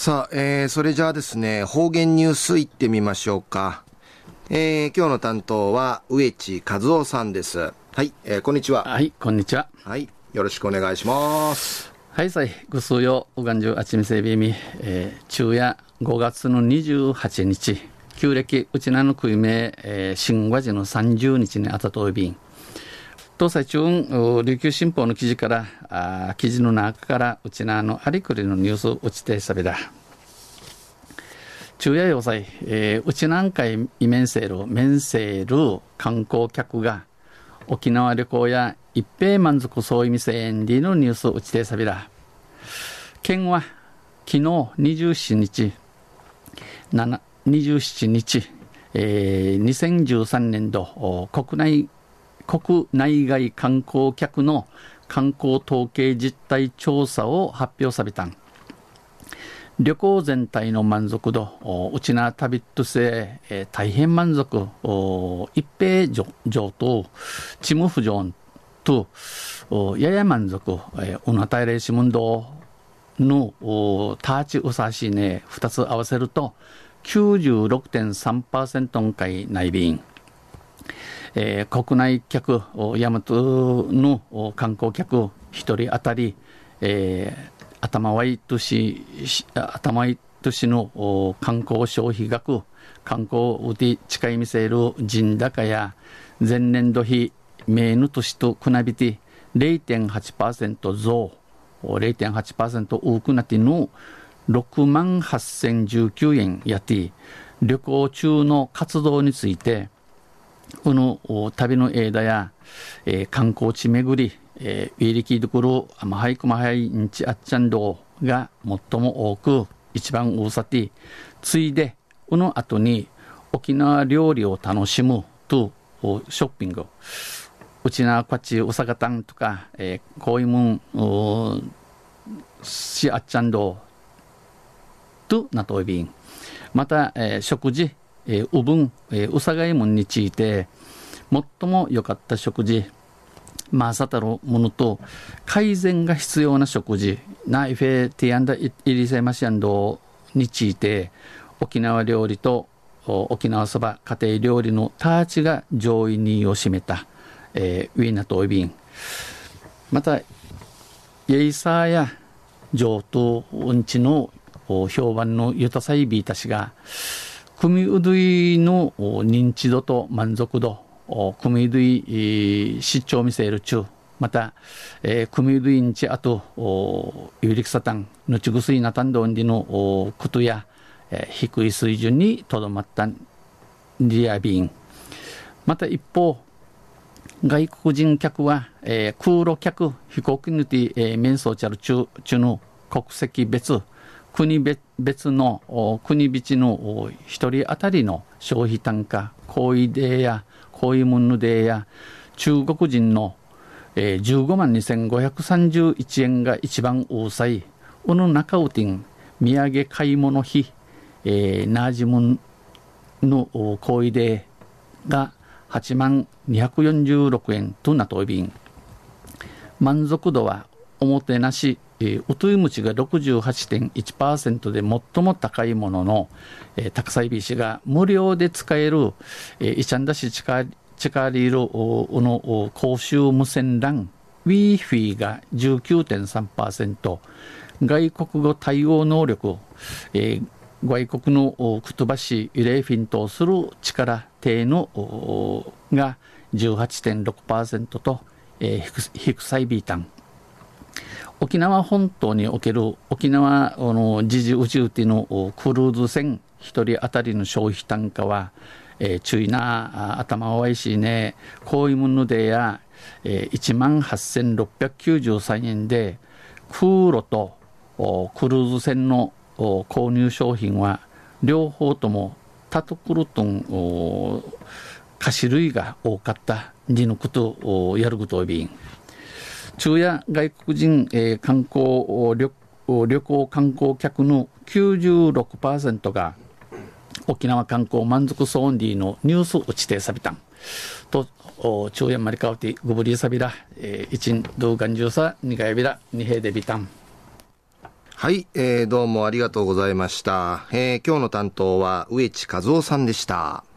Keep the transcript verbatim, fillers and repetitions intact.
さあ、えー、それじゃあですね、方言ニュースいってみましょうか。えー、今日の担当は植地和夫さんです。はい、えー、こんにちは。 はい、こんにちは。 はい、よろしくお願いします。 はい、さい、ぐすうよ、うがんじゅうあちみせびみ、えー、昼夜ごがつのにじゅうはちにち、旧暦うちなのくいめ、えー、新和時のさんじゅうにちにあたといびん。東西中琉球新報の記事からあ記事の中からうちなのありくりのニュースを打ちてさびだ昼夜要塞、えー、うちなんかい面せる面せる観光客が沖縄旅行や一平満足総意味せんりのニュースを打ちてさびだ県は昨日にじゅうしちにちにじゅうしちにち、えー、にせんじゅうさんねん度国内国内外観光客の観光統計実態調査を発表されたん。旅行全体の満足度、うちな旅とせ、えー、大変満足、一平上と、チムフジョンと、やや満足、えー、うなたいれしむんどのターチウサシね、二つ合わせると、きゅうじゅうろくてんさんパーセント 回内便。えー、国内客、大和の観光客ひとり当たり、えー、頭はい年、頭い年の観光消費額、観光うて近い見せる人高や前年度比、名の年と比べて れいてんはちパーセント 増、れいてんはちパーセント 多くなってのろくまんはっせんじゅうきゅうえんやって、旅行中の活動について、この旅の枝や、えー、観光地巡り、えー、ウィリキードクルアマハイクマハインチアッチャンドが最も多く一番多さて、ついでこの後に沖縄料理を楽しむとショッピング、うちなこっちうさがたんとか、えー、こういうもんしあっちゃんどとなといびん、また、えー、食事えー、うぶん、えー、うさがいもんについて最も良かった食事、まあさたるものと改善が必要な食事ナイフェティアンダイリセマシアンドについて沖縄料理と沖縄そば家庭料理のターチが上位に位を占めた、えー、ウィーナとイビン、またイエイサーや上等うんちの評判のユタサイビーたちが組うどいの認知度と満足度、組うどい出張見せる中、また、えー、組うどいんちあと、有力サタン、ぬちぐすいなたんどんりのことや、えー、低い水準にとどまったリアビン。また一方、外国人客は、えー、空路客、飛行機にて、えー、面相ちゃる中、中の国籍別、国別の国別の一人当たりの消費単価、小売でや小売物でや中国人のじゅうごまんにせんごひゃくさんじゅういちえんが一番多さい、この中うてん土産買い物費、えー、ナージムンの小売でがはちまんにひゃくよんじゅうろくえんとなといびん、満足度はおもてなしうといむちが ろくじゅうはちてんいちパーセント で最も高いものの、えー、たくさいびしが無料で使える、えー、イチャンダシチカリールの公衆無線 ラン Wi-Fi が じゅうきゅうてんさんパーセント、 外国語対応能力、えー、外国のくとばしイレーフィンとする力低のが じゅうはちてんろくパーセント と、えー、低さいびいたん。沖縄本島における沖縄の時事宇宙てのクルーズ船ひとり当たりの消費単価は、えー、注意な頭おいしいね、こういうものでや、えー、いちまんはっせんろっぴゃくきゅうじゅうさんえんで、空路とクルーズ船の購入商品は両方ともタトクルトン菓子類が多かったにのことをやることをびん。中や外国人、えー、観光 旅, 旅行観光客の きゅうじゅうろくパーセント が沖縄観光満足ソーンディのニュース打ちてさびたんと、中やマリカウティグブリーサビラ、えー、一ん動画中さにがやびらにへいでびたん。 はい、えー、どうもありがとうございました。えー、今日の担当は植地和夫さんでした。